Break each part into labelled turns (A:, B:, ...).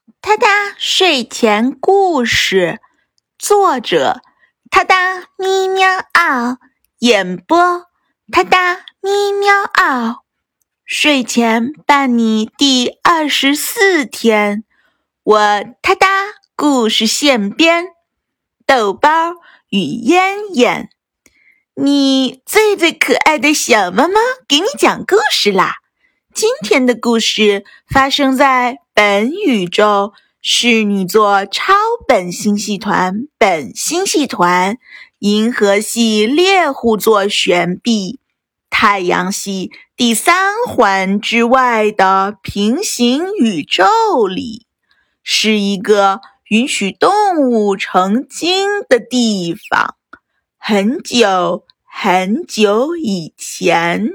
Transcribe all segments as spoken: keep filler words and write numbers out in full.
A: 哒哒睡前故事，作者哒哒咪喵嗷，演播哒哒咪喵嗷。睡前伴你第二十四天，我哒哒故事现编，豆包与燕燕，你最最可爱的小猫猫给你讲故事啦。今天的故事发生在本宇宙侍女座超本星系团本星系团银河系猎户座旋臂太阳系第三环之外的平行宇宙里，是一个允许动物成精的地方。很久很久以前，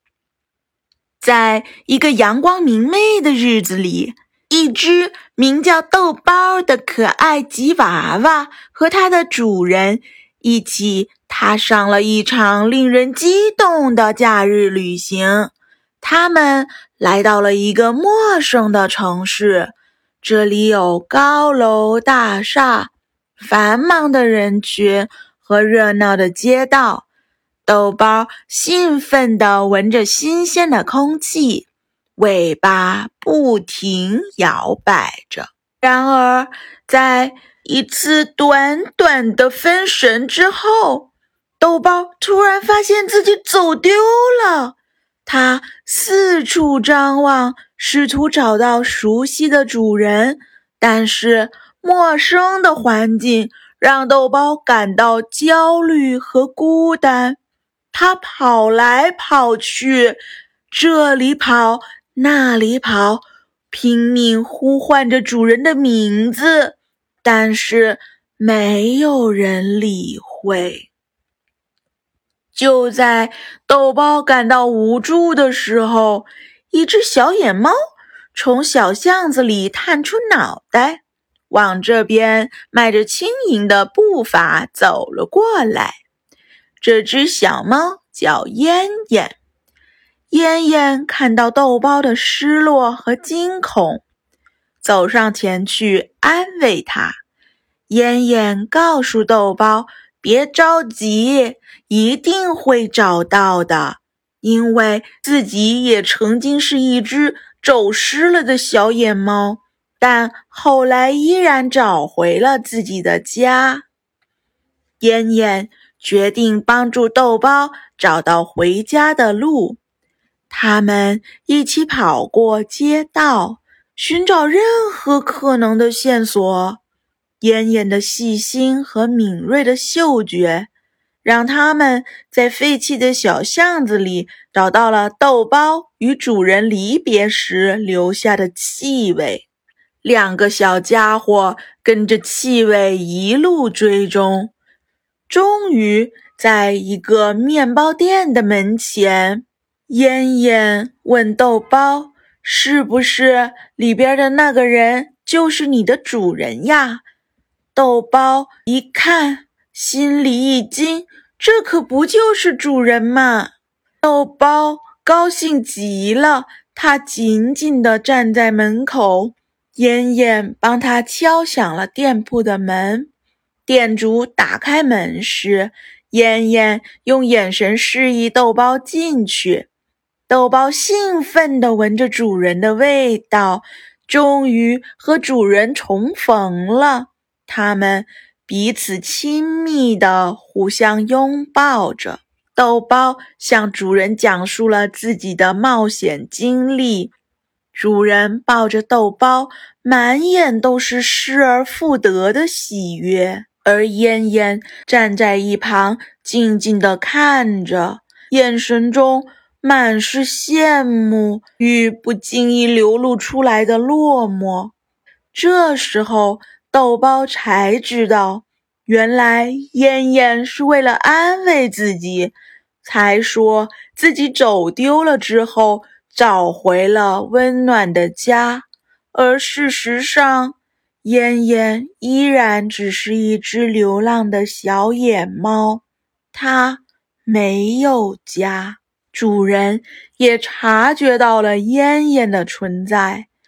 A: 在一个阳光明媚的日子里，一只名叫豆包的可爱吉娃娃和它的主人一起踏上了一场令人激动的假日旅行。他们来到了一个陌生的城市，这里有高楼大厦、繁忙的人群和热闹的街道。豆包兴奋地闻着新鲜的空气，尾巴不停摇摆着。然而，在一次短短的分神之后，豆包突然发现自己走丢了。他四处张望，试图找到熟悉的主人，但是陌生的环境让豆包感到焦虑和孤单。他跑来跑去，这里跑，那里跑，拼命呼唤着主人的名字，但是没有人理会。就在豆包感到无助的时候，一只小野猫从小巷子里探出脑袋，往这边迈着轻盈的步伐走了过来。这只小猫叫燕燕。燕燕看到豆包的失落和惊恐，走上前去安慰它。燕燕告诉豆包，别着急，一定会找到的，因为自己也曾经是一只走失了的小野猫，但后来依然找回了自己的家。燕燕决定帮助豆包找到回家的路。他们一起跑过街道，寻找任何可能的线索。燕燕的细心和敏锐的嗅觉，让他们在废弃的小巷子里找到了豆包与主人离别时留下的气味。两个小家伙跟着气味一路追踪，终于在一个面包店的门前，燕燕问豆包，是不是里边的那个人就是你的主人呀？豆包一看，心里一惊，这可不就是主人吗？豆包高兴极了，他紧紧地站在门口。燕燕帮他敲响了店铺的门。店主打开门时，燕燕用眼神示意豆包进去。豆包兴奋地闻着主人的味道，终于和主人重逢了。他们彼此亲密地互相拥抱着。豆包向主人讲述了自己的冒险经历。主人抱着豆包，满眼都是失而复得的喜悦。而燕燕站在一旁静静地看着，眼神中满是羡慕与不经意流露出来的落寞。这时候豆包才知道，原来燕燕是为了安慰自己，才说自己走丢了之后找回了温暖的家，而事实上燕燕依然只是一只流浪的小野猫，它没有家。主人也察觉到了燕燕的存在，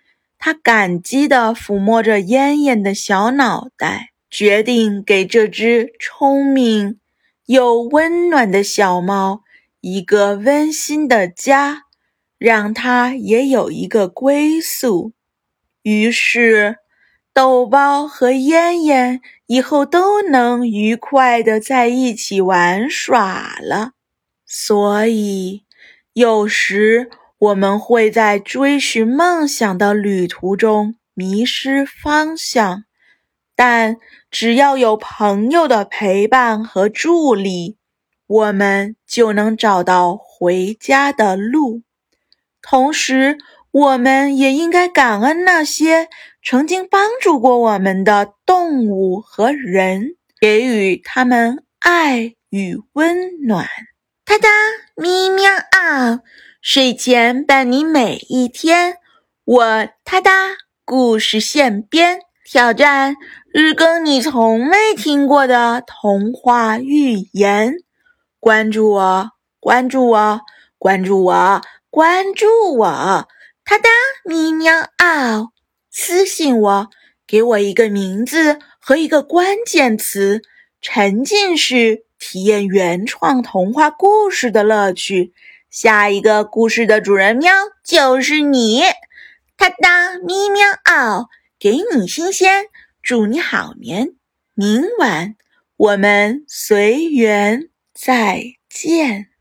A: 他感激地抚摸着燕燕的小脑袋，决定给这只聪明又温暖的小猫一个温馨的家，让它也有一个归宿。于是，豆包和燕燕以后都能愉快地在一起玩耍了。所以，有时我们会在追寻梦想的旅途中迷失方向，但只要有朋友的陪伴和助力，我们就能找到回家的路。同时，我们也应该感恩那些曾经帮助过我们的动物和人，给予他们爱与温暖。哒哒咪喵啊，睡前伴你每一天。我哒哒故事现编，挑战日更你从未听过的童话寓言。关注我，关注我，关注我，关注我，哒哒咪喵啊！私信我，给我一个名字和一个关键词，沉浸式体验原创童话故事的乐趣。下一个故事的主人喵就是你，哒哒咪喵啊！给你新鲜，祝你好眠。明晚我们随缘再见。